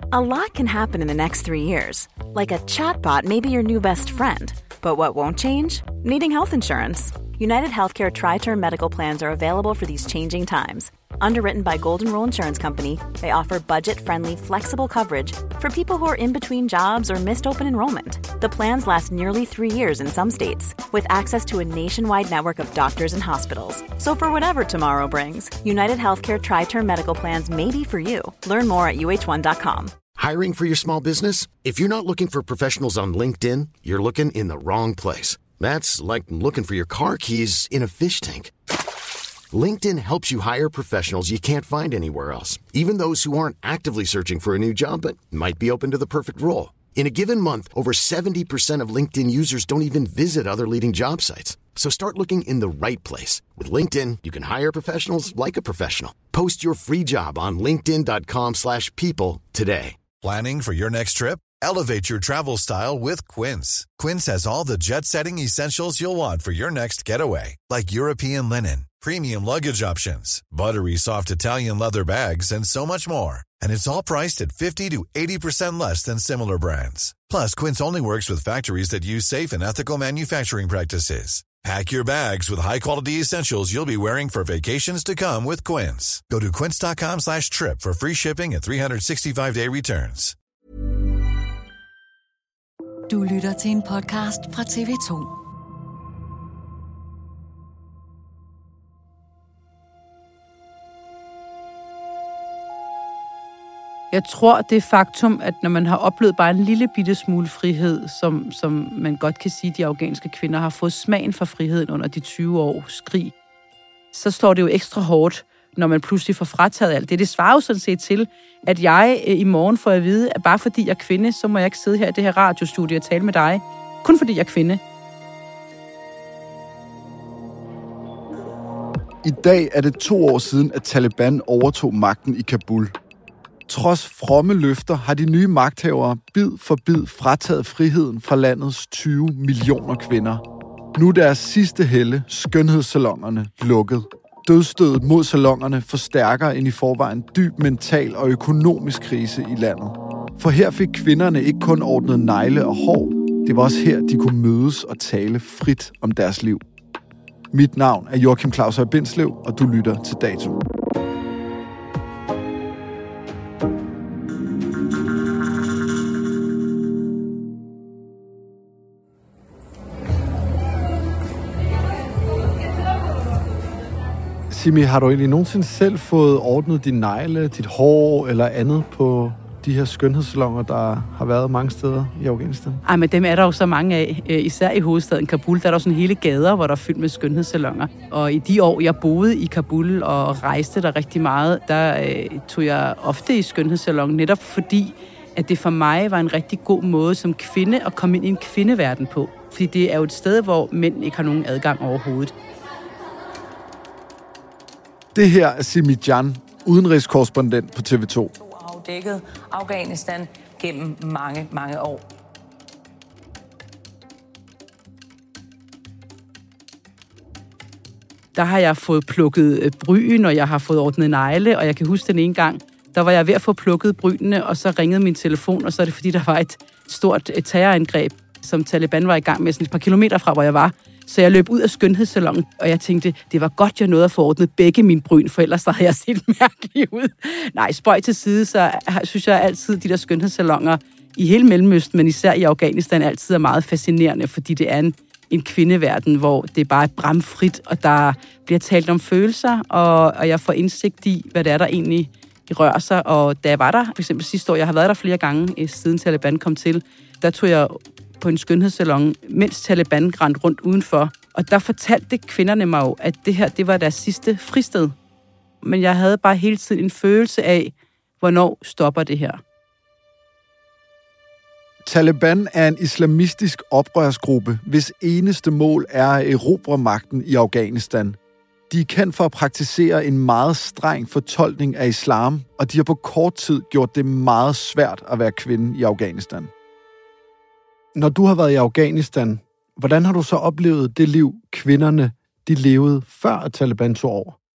A lot can happen in the next 3 years. Like a chatbot may be your new best friend. But what won't change? Needing health insurance. United Healthcare Tri-Term Medical Plans are available for these changing times. Underwritten by Golden Rule Insurance Company, they offer budget-friendly, flexible coverage for people who are in between jobs or missed open enrollment. The plans last nearly 3 years in some states, with access to a nationwide network of doctors and hospitals. So for whatever tomorrow brings, United Healthcare Tri-Term Medical Plans may be for you. Learn more at uh1.com. Hiring for your small business? If you're not looking for professionals on LinkedIn, you're looking in the wrong place. That's like looking for your car keys in a fish tank. LinkedIn helps you hire professionals you can't find anywhere else, even those who aren't actively searching for a new job but might be open to the perfect role. In a given month, over 70% of LinkedIn users don't even visit other leading job sites. So start looking in the right place. With LinkedIn, you can hire professionals like a professional. Post your free job on linkedin.com/people today. Planning for your next trip? Elevate your travel style with Quince. Quince has all the jet-setting essentials you'll want for your next getaway, like European linen, premium luggage options, buttery soft Italian leather bags, and so much more. And it's all priced at 50 to 80% less than similar brands. Plus, Quince only works with factories that use safe and ethical manufacturing practices. Pack your bags with high-quality essentials you'll be wearing for vacations to come with Quince. Go to quince.com/trip for free shipping and 365-day returns. Du lytter til en podcast fra TV2. Jeg tror, det faktum, at når man har oplevet bare en lille bitte smule frihed, som man godt kan sige, de afghanske kvinder har fået smagen for friheden under de 20 års krig, så slår det jo ekstra hårdt, når man pludselig får frataget alt det. Det svarer jo sådan set til, at jeg i morgen får at vide, at bare fordi jeg er kvinde, så må jeg ikke sidde her i det her radiostudie og tale med dig. Kun fordi jeg er kvinde. I dag er det 2 år siden, at Taliban overtog magten i Kabul. Trods fromme løfter har de nye magthavere bid for bid frataget friheden fra landets 20 millioner kvinder. Nu er deres sidste helle, skønhedssalonerne, lukket. Dødsstødet mod salonerne forstærker en i forvejen dyb mental og økonomisk krise i landet. For her fik kvinderne ikke kun ordnet negle og hår, det var også her, de kunne mødes og tale frit om deres liv. Mit navn er Joachim Claus Høj Bindslev, og du lytter til Dato. Simi, har du egentlig nogensinde selv fået ordnet din negle, dit hår eller andet på de her skønhedssaloner, der har været mange steder i Afghanistan? Ej, men dem er der jo så mange af. Især i hovedstaden Kabul, der er der sådan hele gader, hvor der er fyldt med skønhedssaloner. Og i de år, jeg boede i Kabul og rejste der rigtig meget, der tog jeg ofte i skønhedssalonen, netop fordi, at det for mig var en rigtig god måde som kvinde at komme ind i en kvindeverden på. Fordi det er jo et sted, hvor mænd ikke har nogen adgang overhovedet. Det her er Simi Jan, udenrigskorrespondent på TV2. Afdækket Afghanistan gennem mange, mange år. Der har jeg fået plukket bryn, og jeg har fået ordnet negle, og jeg kan huske den ene gang, der var jeg ved at få plukket brynene, og så ringede min telefon, og så er det fordi, der var et stort terrorangreb, som Taliban var i gang med sådan et par kilometer fra, hvor jeg var. Så jeg løb ud af skønhedssalonen, og jeg tænkte, det var godt, jeg nåede at få ordnet begge mine bryn, for ellers havde jeg set mærkelig ud. Nej, spøj til side, så synes jeg altid, de der skønhedssaloner i hele Mellemøsten, men især i Afghanistan, altid er meget fascinerende, fordi det er en kvindeverden, hvor det bare er bramfrit, og der bliver talt om følelser, og jeg får indsigt i, hvad det er, der egentlig rører sig. Og da jeg var der, for eksempel sidste år, jeg har været der flere gange, siden Taliban kom til, der tog jeg på en skønhedssalon, mens Taliban rendte rundt udenfor. Og der fortalte kvinderne mig jo, at det her, det var deres sidste fristed. Men jeg havde bare hele tiden en følelse af, hvornår stopper det her. Taliban er en islamistisk oprørsgruppe, hvis eneste mål er at erobre magten i Afghanistan. De er kendt for at praktisere en meget streng fortolkning af islam, og de har på kort tid gjort det meget svært at være kvinde i Afghanistan. Når du har været i Afghanistan, hvordan har du så oplevet det liv, kvinderne de levede før Taliban tog over?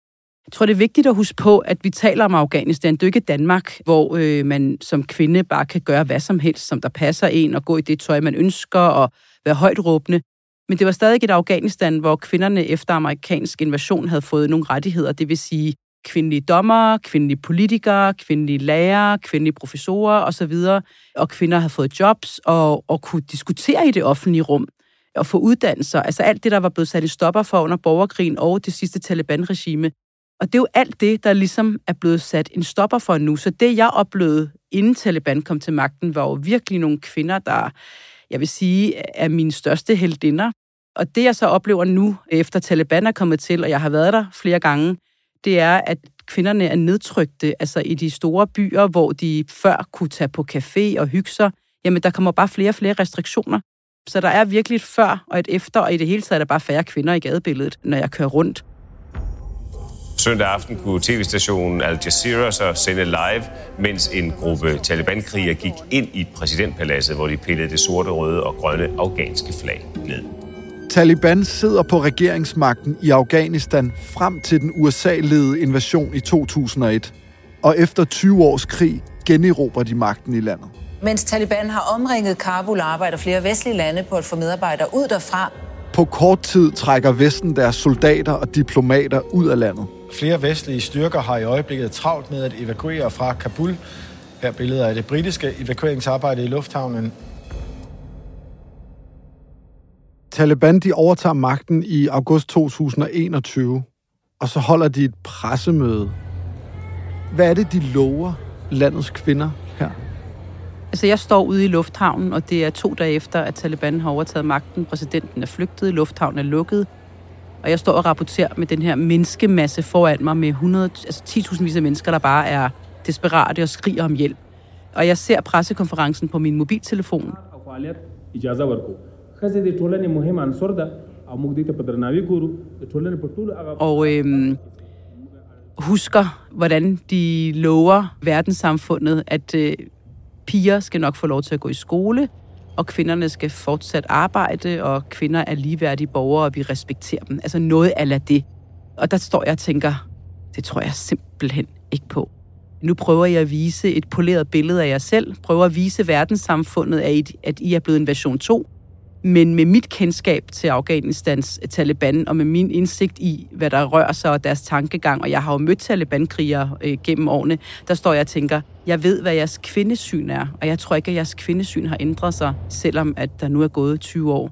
Jeg tror, det er vigtigt at huske på, at vi taler om Afghanistan. Det er jo ikke Danmark, hvor man som kvinde bare kan gøre hvad som helst, som der passer en, og gå i det tøj, man ønsker, og være højt råbende. Men det var stadig et Afghanistan, hvor kvinderne efter amerikansk invasion havde fået nogle rettigheder. Det vil sige kvindelige dommere, kvindelige politikere, kvindelige lærere, kvindelige professorer osv. Og kvinder havde fået jobs og kunne diskutere i det offentlige rum og få uddannelser. Altså alt det, der var blevet sat i stopper for under borgerkrigen og det sidste Taliban-regime. Og det er jo alt det, der ligesom er blevet sat en stopper for nu. Så det, jeg oplevede, inden Taliban kom til magten, var jo virkelig nogle kvinder, der, jeg vil sige, er mine største heldinder. Og det, jeg så oplever nu, efter Taliban er kommet til, og jeg har været der flere gange, det er, at kvinderne er nedtrykte, altså i de store byer, hvor de før kunne tage på café og hygge sig. Jamen, der kommer bare flere og flere restriktioner. Så der er virkelig et før og et efter, og i det hele taget er der bare færre kvinder i gadebilledet, når jeg kører rundt. Søndag aften kunne tv-stationen Al Jazeera så sende live, mens en gruppe Taliban-krigere gik ind i præsidentpaladset, hvor de pillede det sorte, røde og grønne afghanske flag ned. Taliban sidder på regeringsmagten i Afghanistan frem til den USA-ledede invasion i 2001. Og efter 20 års krig generobrer de magten i landet. Mens Taliban har omringet Kabul, arbejder flere vestlige lande på at få medarbejdere ud derfra. På kort tid trækker Vesten deres soldater og diplomater ud af landet. Flere vestlige styrker har i øjeblikket travlt med at evakuere fra Kabul. Her billeder af det britiske evakueringsarbejde i lufthavnen. Taliban de overtager magten i august 2021, og så holder de et pressemøde. Hvad er det, de lover landets kvinder her? Altså, jeg står ude i lufthavnen, og det er 2 dage efter, at Taliban har overtaget magten. Præsidenten er flygtet, lufthavnen er lukket, og jeg står og rapporterer med den her menneskemasse foran mig med 10.000 af mennesker, der bare er desperate og skriger om hjælp. Og jeg ser pressekonferencen på min mobiltelefon. Og husker, hvordan de lover verdenssamfundet, at piger skal nok få lov til at gå i skole, og kvinderne skal fortsat arbejde, og kvinder er ligeværdige borgere, og vi respekterer dem. Altså noget a det. Og der står jeg og tænker, det tror jeg simpelthen ikke på. Nu prøver jeg at vise et poleret billede af jer selv, prøver at vise verdenssamfundet, at I er blevet en version 2, men med mit kendskab til Afghanistans Taliban, og med min indsigt i, hvad der rører sig og deres tankegang, og jeg har jo mødt Taliban-krigere gennem årene, der står jeg og tænker, jeg ved, hvad jeres kvindesyn er, og jeg tror ikke, at jeres kvindesyn har ændret sig, selvom at der nu er gået 20 år.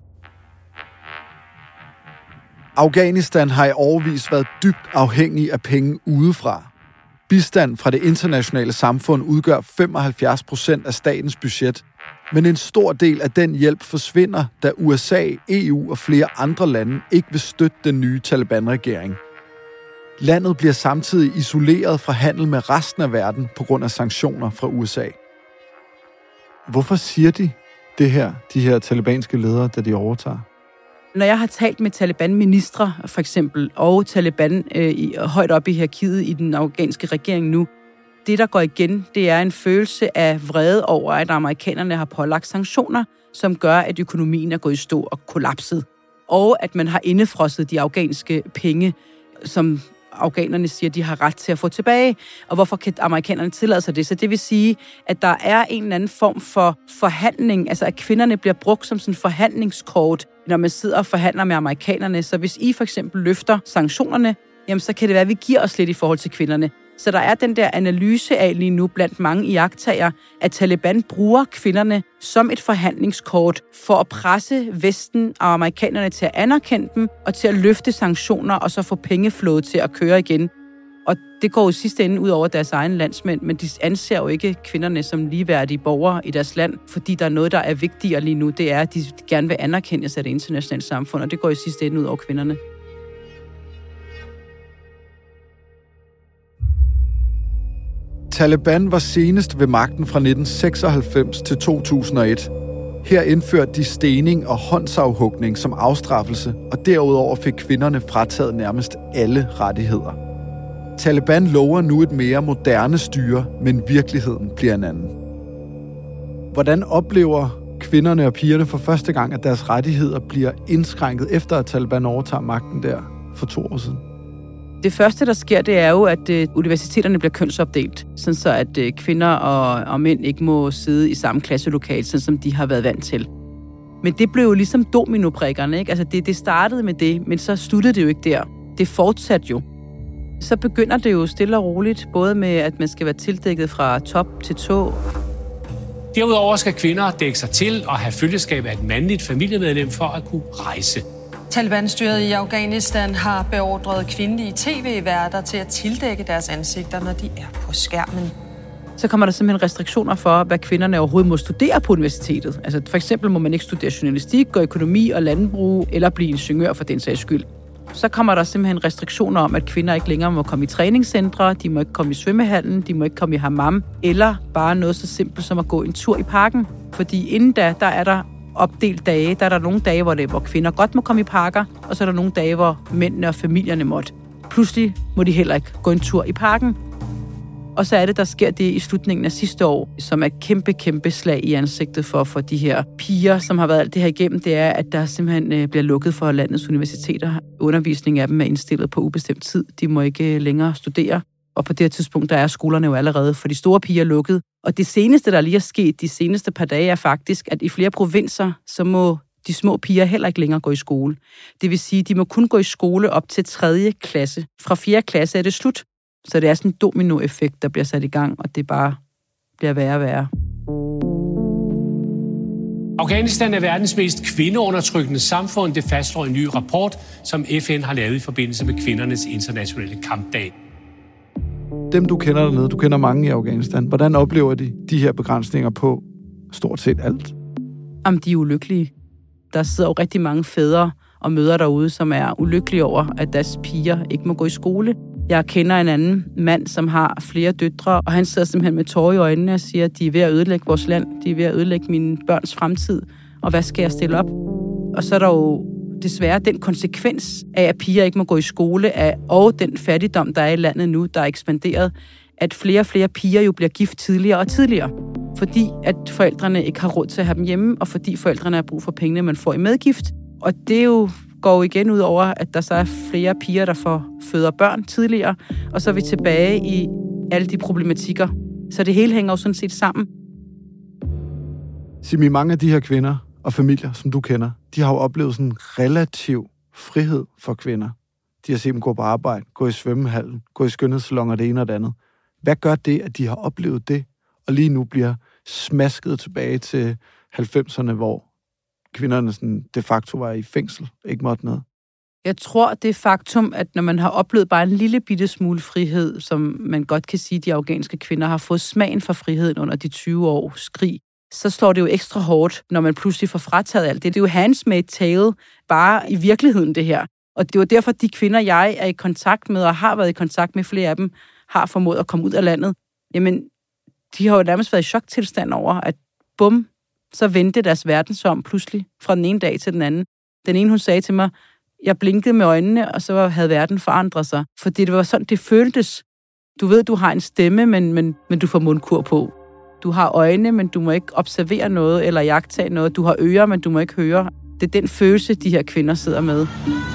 Afghanistan har i årevis været dybt afhængig af penge udefra. Bistand fra det internationale samfund udgør 75% af statens budget, men en stor del af den hjælp forsvinder, da USA, EU og flere andre lande ikke vil støtte den nye Taliban-regering. Landet bliver samtidig isoleret fra handel med resten af verden på grund af sanktioner fra USA. Hvorfor siger de det her, de her talibanske ledere, da de overtager? Når jeg har talt med Taliban-ministre, for eksempel, og Taliban højt op i hierarkiet i den afghanske regering nu, det, der går igen, det er en følelse af vrede over, at amerikanerne har pålagt sanktioner, som gør, at økonomien er gået i stå og kollapset. Og at man har indefrosset de afghanske penge, som afghanerne siger, de har ret til at få tilbage. Og hvorfor kan amerikanerne tillade sig det? Så det vil sige, at der er en eller anden form for forhandling, altså at kvinderne bliver brugt som sådan en forhandlingskort, når man sidder og forhandler med amerikanerne. Så hvis I for eksempel løfter sanktionerne, jamen så kan det være, at vi giver os lidt i forhold til kvinderne. Så der er den der analyse af lige nu blandt mange iagttagere, at Taliban bruger kvinderne som et forhandlingskort for at presse Vesten og amerikanerne til at anerkende dem og til at løfte sanktioner og så få pengeflådet til at køre igen. Og det går jo sidste ende ud over deres egen landsmænd, men de anser jo ikke kvinderne som ligeværdige borgere i deres land, fordi der er noget, der er vigtigere lige nu. Det er, at de gerne vil anerkendes af det internationale samfund, og det går i sidste ende ud over kvinderne. Taliban var senest ved magten fra 1996 til 2001. Her indførte de stening og håndsafhugning som afstraffelse, og derudover fik kvinderne frataget nærmest alle rettigheder. Taliban lover nu et mere moderne styre, men virkeligheden bliver en anden. Hvordan oplever kvinderne og pigerne for første gang, at deres rettigheder bliver indskrænket, efter at Taliban overtager magten der for 2 år siden? Det første, der sker, det er jo, at universiteterne bliver kønsopdelt, sådan så at kvinder og mænd ikke må sidde i samme klasselokale, sådan som de har været vant til. Men det blev jo ligesom dominobrikkerne, ikke? Altså det startede med det, men så sluttede det jo ikke der. Det fortsatte jo. Så begynder det jo stille og roligt, både med, at man skal være tildækket fra top til tå. Derudover skal kvinder dække sig til og have følgeskab af et mandligt familiemedlem for at kunne rejse. Taliban-styret i Afghanistan har beordret kvindelige tv-værter til at tildække deres ansigter, når de er på skærmen. Så kommer der simpelthen restriktioner for, hvad kvinderne overhovedet må studere på universitetet. Altså for eksempel må man ikke studere journalistik og økonomi og landbrug, eller blive ingeniør for den sags skyld. Så kommer der simpelthen restriktioner om, at kvinder ikke længere må komme i træningscentre, de må ikke komme i svømmehallen, de må ikke komme i hammam, eller bare noget så simpelt som at gå en tur i parken. Fordi inden da, der er der opdelt dage. Der er der nogle dage, hvor kvinder godt må komme i parker, og så er der nogle dage, hvor mændene og familierne måtte. Pludselig må de heller ikke gå en tur i parken. Og så er det, der sker det i slutningen af sidste år, som er et kæmpe slag i ansigtet for de her piger, som har været alt det her igennem. Det er, at der simpelthen bliver lukket for landets universiteter. Undervisningen af dem er indstillet på ubestemt tid. De må ikke længere studere. Og på det her tidspunkt, der er skolerne jo allerede for de store piger lukket. Og det seneste, der lige er sket de seneste par dage, er faktisk, at i flere provinser, så må de små piger heller ikke længere gå i skole. Det vil sige, at de må kun gå i skole op til 3. klasse. Fra 4. klasse er det slut. Så det er sådan en dominoeffekt, der bliver sat i gang, og det bare bliver værre og værre. Afghanistan er verdens mest kvindeundertrykkende samfund. Det fastslår en ny rapport, som FN har lavet i forbindelse med kvindernes internationale kampdag. Dem, du kender dernede, du kender mange i Afghanistan. Hvordan oplever de her begrænsninger på stort set alt? Jamen, de er ulykkelige. Der sidder jo rigtig mange fædre og mødre derude, som er ulykkelige over, at deres piger ikke må gå i skole. Jeg kender en anden mand, som har flere døtre, og han sidder simpelthen med tårer i øjnene og siger, at de er ved at ødelægge vores land, de er ved at ødelægge mine børns fremtid, og hvad skal jeg stille op? Og så er der jo desværre den konsekvens af, at piger ikke må gå i skole, og den fattigdom, der er i landet nu, der er ekspanderet, at flere og flere piger jo bliver gift tidligere og tidligere, fordi at forældrene ikke har råd til at have dem hjemme, og fordi forældrene har brug for pengene, man får i medgift. Og det er jo går igen ud over, at der så er flere piger, der føder børn tidligere, og så er vi tilbage i alle de problematikker. Så det hele hænger jo sådan set sammen. Simi, mange af de her kvinder og familier, som du kender, de har jo oplevet sådan en relativ frihed for kvinder. De har set dem gå på arbejde, gå i svømmehallen, gå i skønhedssalonger, det ene og det andet. Hvad gør det, at de har oplevet det, og lige nu bliver smasket tilbage til 90'erne, hvor kvinderne sådan de facto var i fængsel, ikke måtte noget? Jeg tror, det faktum, at når man har oplevet bare en lille bitte smule frihed, som man godt kan sige, de afghanske kvinder har fået smagen for friheden under de 20 års krig, så slår det jo ekstra hårdt, når man pludselig får frataget alt det. Det er jo handmaid's tale, bare i virkeligheden det her. Og det var derfor, de kvinder, jeg er i kontakt med, og har været i kontakt med flere af dem, har formået at komme ud af landet. Jamen, de har jo nærmest været i choktilstand over, at bum, så vendte deres verden så om pludselig fra den ene dag til den anden. Den ene, hun sagde til mig, jeg blinkede med øjnene, og så havde verden forandret sig. Fordi det var sådan, det føltes. Du ved, du har en stemme, men du får mundkur på. Du har øjne, men du må ikke observere noget eller iagttage noget. Du har ører, men du må ikke høre. Det er den følelse, de her kvinder sidder med.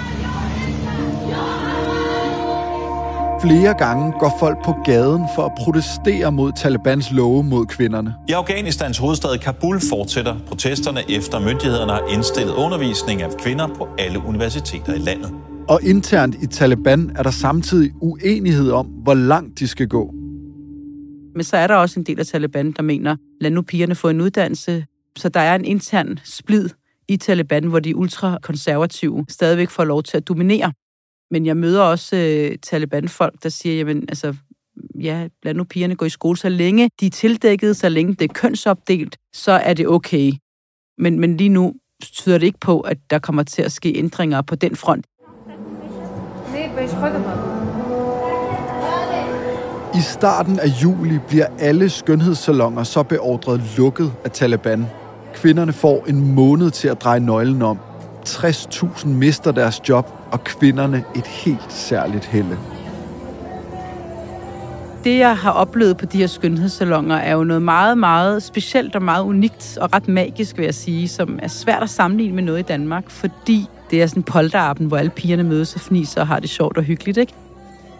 Flere gange går folk på gaden for at protestere mod Talibans love mod kvinderne. I Afghanistans hovedstad Kabul fortsætter protesterne efter myndighederne har indstillet undervisning af kvinder på alle universiteter i landet. Og internt i Taliban er der samtidig uenighed om, hvor langt de skal gå. Men så er der også en del af Taliban, der mener, lad nu pigerne få en uddannelse. Så der er en intern splid i Taliban, hvor de ultrakonservative stadigvæk får lov til at dominere. Men jeg møder også Taliban-folk, der siger, jamen, altså, ja, lad nu pigerne gå i skole, så længe de er tildækket, så længe det er kønsopdelt, så er det okay. Men lige nu tyder det ikke på, at der kommer til at ske ændringer på den front. I starten af juli bliver alle skønhedssalonger så beordret lukket af Taliban. Kvinderne får en måned til at dreje nøglen om. 60.000 mister deres job, og kvinderne et helt særligt helle. Det, jeg har oplevet på de her skønhedssalonger, er jo noget meget, meget specielt og meget unikt og ret magisk, vil jeg sige, som er svært at sammenligne med noget i Danmark, fordi det er sådan en polterappen, hvor alle pigerne mødes og fniser og har det sjovt og hyggeligt, ikke?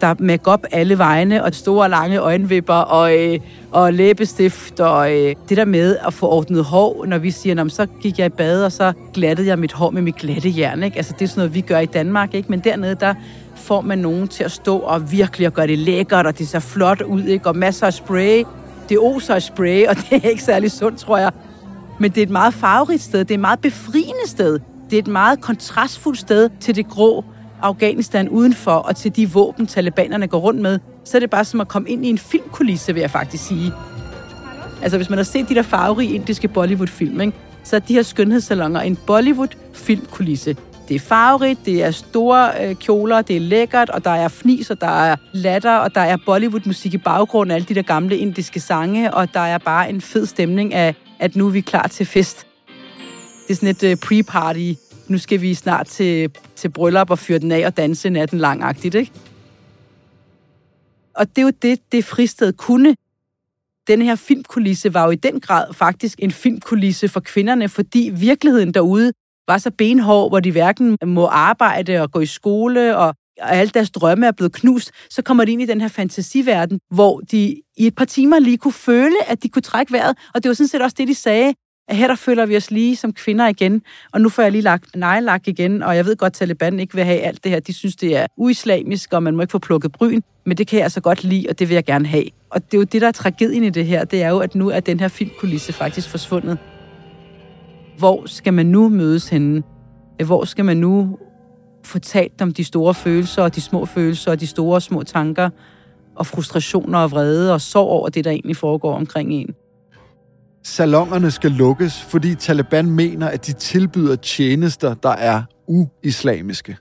der er make-up alle vegne, og store lange øjenvipper, og læbestift, og det der med at få ordnet hår, når vi siger, så gik jeg i bad, og så glattede jeg mit hår med mit glattejern, ikke? Altså, det er sådan noget, vi gør i Danmark, ikke? Men dernede, der får man nogen til at stå og virkelig gøre det lækkert, og det ser flot ud, ikke? Og masser af spray. Det oser af spray, og det er ikke særlig sundt, tror jeg. Men det er et meget farverigt sted, det er et meget befriende sted. Det er et meget kontrastfuldt sted til det grå Afghanistan udenfor, og til de våben, talibanerne går rundt med. Så er det bare som at komme ind i en filmkulisse, vil jeg faktisk sige. Altså, hvis man har set de der farverige indiske Bollywood-film, ikke? Så er de her skønhedssalonger en Bollywood-filmkulisse. Det er farverigt, det er store kjoler, det er lækkert, og der er fnis, og der er latter, og der er Bollywood-musik i baggrunden af alle de der gamle indiske sange, og der er bare en fed stemning af, at nu er vi klar til fest. Det er sådan et pre-party. Nu skal vi snart til bryllup og fyre den af og danse natten langagtigt, ikke? Og det er jo det fristed kunne. Den her filmkulisse var jo i den grad faktisk en filmkulisse for kvinderne, fordi virkeligheden derude var så benhård, hvor de hverken må arbejde og gå i skole, og alle deres drømme er blevet knust. Så kommer de ind i den her fantasiverden, hvor de i et par timer lige kunne føle, at de kunne trække vejret. Og det var sådan set også det, de sagde, at her der føler vi os lige som kvinder igen, og nu får jeg lige lagt neglelak igen, og jeg ved godt, at Taliban ikke vil have alt det her. De synes, det er uislamisk, og man må ikke få plukket bryn, men det kan jeg altså godt lide, og det vil jeg gerne have. Og det er jo det, der er tragedien i det her, det er jo, at nu er den her filmkulisse faktisk forsvundet. Hvor skal man nu mødes henne? Hvor skal man nu få talt om de store følelser, og de små følelser, og de store og små tanker, og frustrationer og vrede, og sorg over det, der egentlig foregår omkring en? Salongerne skal lukkes, fordi Taliban mener, at de tilbyder tjenester, der er uislamiske.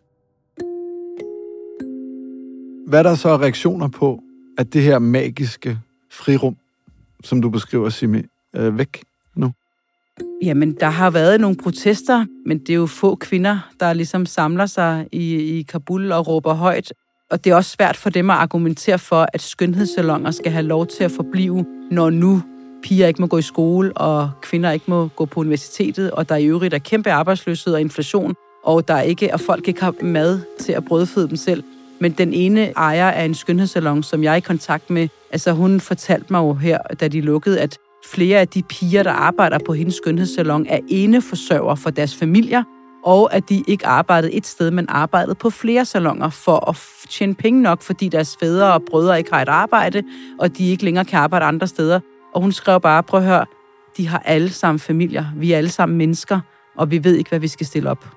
Hvad er der så reaktioner på, at det her magiske frirum, som du beskriver, Simi, væk nu? Jamen, der har været nogle protester, men det er jo få kvinder, der ligesom samler sig i Kabul og råber højt. Og det er også svært for dem at argumentere for, at skønhedssalonger skal have lov til at forblive, når nu piger ikke må gå i skole, og kvinder ikke må gå på universitetet, og der i øvrigt er kæmpe arbejdsløshed og inflation, og folk ikke har mad til at brødføde dem selv. Men den ene ejer af en skønhedssalon, som jeg er i kontakt med, altså hun fortalte mig jo her, da de lukkede, at flere af de piger, der arbejder på hendes skønhedssalon, er eneforsørger for deres familier, og at de ikke arbejdede et sted, men arbejdede på flere salonger for at tjene penge nok, fordi deres fædre og brødre ikke har et arbejde, og de ikke længere kan arbejde andre steder. Og hun skrev bare, prøv at høre, de har alle sammen familier, vi er alle sammen mennesker, og vi ved ikke, hvad vi skal stille op.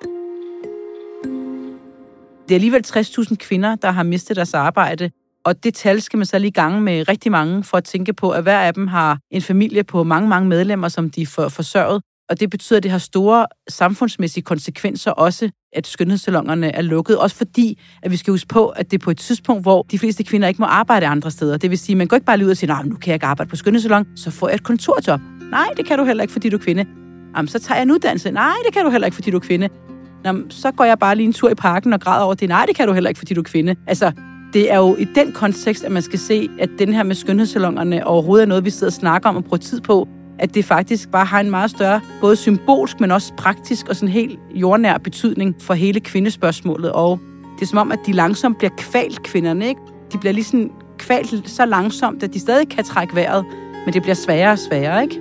Det er alligevel 60.000 kvinder, der har mistet deres arbejde, og det tal skal man så lige gange med rigtig mange for at tænke på, at hver af dem har en familie på mange, mange medlemmer, som de får forsørget. Og det betyder, at det har store samfundsmæssige konsekvenser også, at skønhedssalongerne er lukket. Også fordi, at vi skal huske på, at det er på et tidspunkt, hvor de fleste kvinder ikke må arbejde andre steder. Det vil sige, at man går ikke bare lige ud og siger, nu kan jeg ikke arbejde på skønhedssalon, så får jeg et kontorjob. Nej, det kan du heller ikke, fordi du er kvinde. Jamen, så tager jeg en uddannelse. Nej, det kan du heller ikke, fordi du er kvinde. Jamen, så går jeg bare lige en tur i parken og græder over det. Nej, det kan du heller ikke, fordi du er kvinde. Altså, det er jo i den kontekst, at man skal se, at den her med skønhedssalongerne overhovedet er noget, vi sidder og snakker om og bruger tid på. At det faktisk bare har en meget større, både symbolsk, men også praktisk og sådan helt jordnær betydning for hele kvindespørgsmålet. Og det er som om, at de langsomt bliver kvalt, kvinderne, ikke? De bliver lige sådan kvalt så langsomt, at de stadig kan trække vejret, men det bliver sværere og sværere, ikke?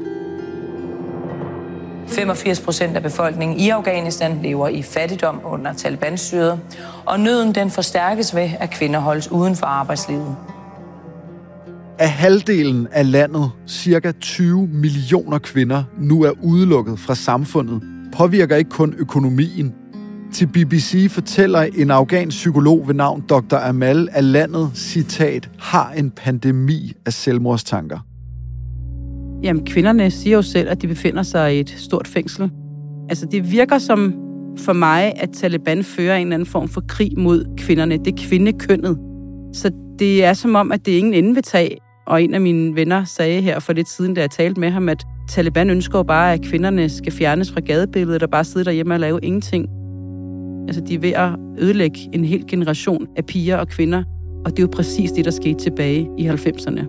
85% af befolkningen i Afghanistan lever i fattigdom under Taliban-styret, og nøden den forstærkes ved, at kvinder holdes uden for arbejdslivet. Af halvdelen af landet, cirka 20 millioner kvinder, nu er udelukket fra samfundet, påvirker ikke kun økonomien. Til BBC fortæller en afghansk psykolog ved navn Dr. Amal, at landet, citat, har en pandemi af selvmordstanker. Jamen, kvinderne siger jo selv, at de befinder sig i et stort fængsel. Altså, det virker som for mig, at Taliban fører en eller anden form for krig mod kvinderne. Det er kvindekønnet. Så det er som om, at det ingen ende vil tage. Og en af mine venner sagde her for lidt siden, da jeg talte med ham, at Taliban ønsker jo bare, at kvinderne skal fjernes fra gadebilledet og bare sidde derhjemme og lave ingenting. Altså, de er ved at ødelægge en hel generation af piger og kvinder. Og det er jo præcis det, der skete tilbage i 90'erne.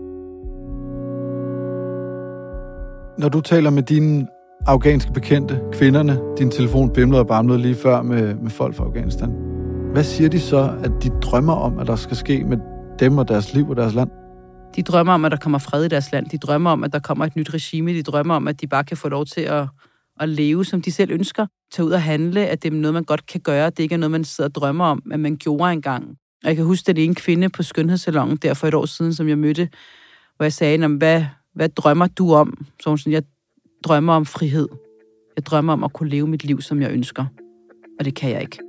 Når du taler med dine afghanske bekendte, kvinderne, din telefon bimlede og bamlede lige før med folk fra Afghanistan, hvad siger de så, at de drømmer om, at der skal ske med dem og deres liv og deres land? De drømmer om, at der kommer fred i deres land. De drømmer om, at der kommer et nyt regime. De drømmer om, at de bare kan få lov til at leve, som de selv ønsker. Tage ud og handle, at det er noget, man godt kan gøre. Det ikke er noget, man sidder og drømmer om, at man gjorde engang. Og jeg kan huske, at det er en kvinde på skønhedssalongen der for et år siden, som jeg mødte, hvor jeg sagde, hvad drømmer du om? Så hun sådan, jeg drømmer om frihed. Jeg drømmer om at kunne leve mit liv, som jeg ønsker. Og det kan jeg ikke.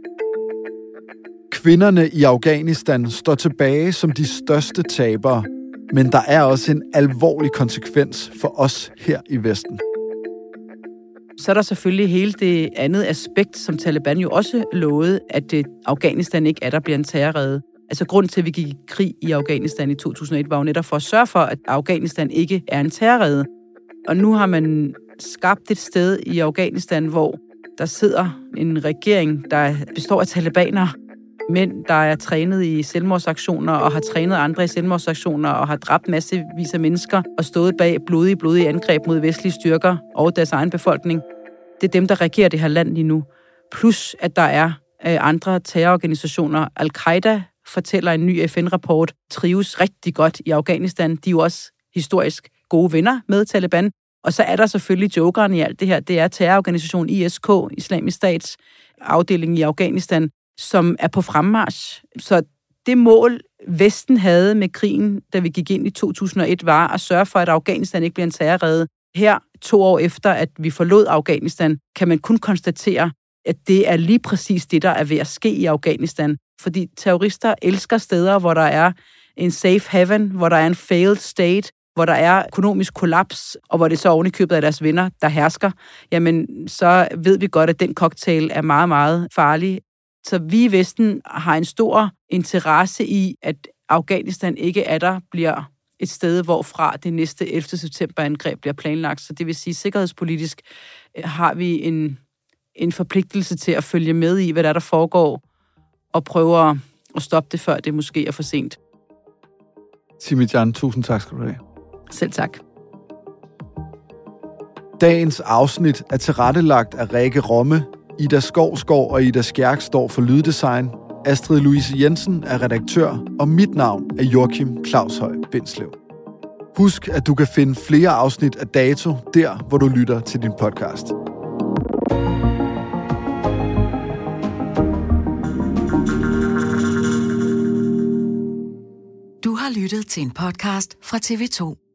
Kvinderne i Afghanistan står tilbage som de største tabere, men der er også en alvorlig konsekvens for os her i Vesten. Så er der selvfølgelig hele det andet aspekt, som Taliban jo også lovede, at Afghanistan ikke er der bliver en terrorrede. Altså grund til, at vi gik i krig i Afghanistan i 2001, var jo netop for at sørge for, at Afghanistan ikke er en terrorrede. Og nu har man skabt et sted i Afghanistan, hvor der sidder en regering, der består af talibanere, mænd, der er trænet i selvmordsaktioner og har trænet andre i selvmordsaktioner og har dræbt massevis af mennesker og stået bag blodige angreb mod vestlige styrker og deres egen befolkning. Det er dem, der regerer det her land lige nu. Plus, at der er andre terrororganisationer. Al-Qaida fortæller en ny FN-rapport, trives rigtig godt i Afghanistan. De er jo også historisk gode venner med Taliban. Og så er der selvfølgelig jokeren i alt det her. Det er terrororganisationen ISK, Islamisk Stats afdeling i Afghanistan, som er på fremmarch. Så det mål, Vesten havde med krigen, da vi gik ind i 2001, var at sørge for, at Afghanistan ikke bliver en terrorrede. Her, 2 år efter, at vi forlod Afghanistan, kan man kun konstatere, at det er lige præcis det, der er ved at ske i Afghanistan. Fordi terrorister elsker steder, hvor der er en safe haven, hvor der er en failed state, hvor der er økonomisk kollaps, og hvor det så oven i købet af deres venner, der hersker. Jamen, så ved vi godt, at den cocktail er meget, meget farlig. Så vi i Vesten har en stor interesse i, at Afghanistan ikke er der, bliver et sted, hvorfra det næste 11. september-angreb bliver planlagt. Så det vil sige, sikkerhedspolitisk har vi en forpligtelse til at følge med i, hvad der foregår, og prøve at stoppe det, før det måske er for sent. Timidjan, tusind tak skal du have. Selv tak. Dagens afsnit er tilrettelagt af Rikke Romme. Ida Skovsgaard og Ida Skjærk står for lyddesign. Astrid Louise Jensen er redaktør, og mit navn er Joachim Claushøj Bindslev. Husk, at du kan finde flere afsnit af Dato der, hvor du lytter til din podcast. Du har lyttet til en podcast fra TV2.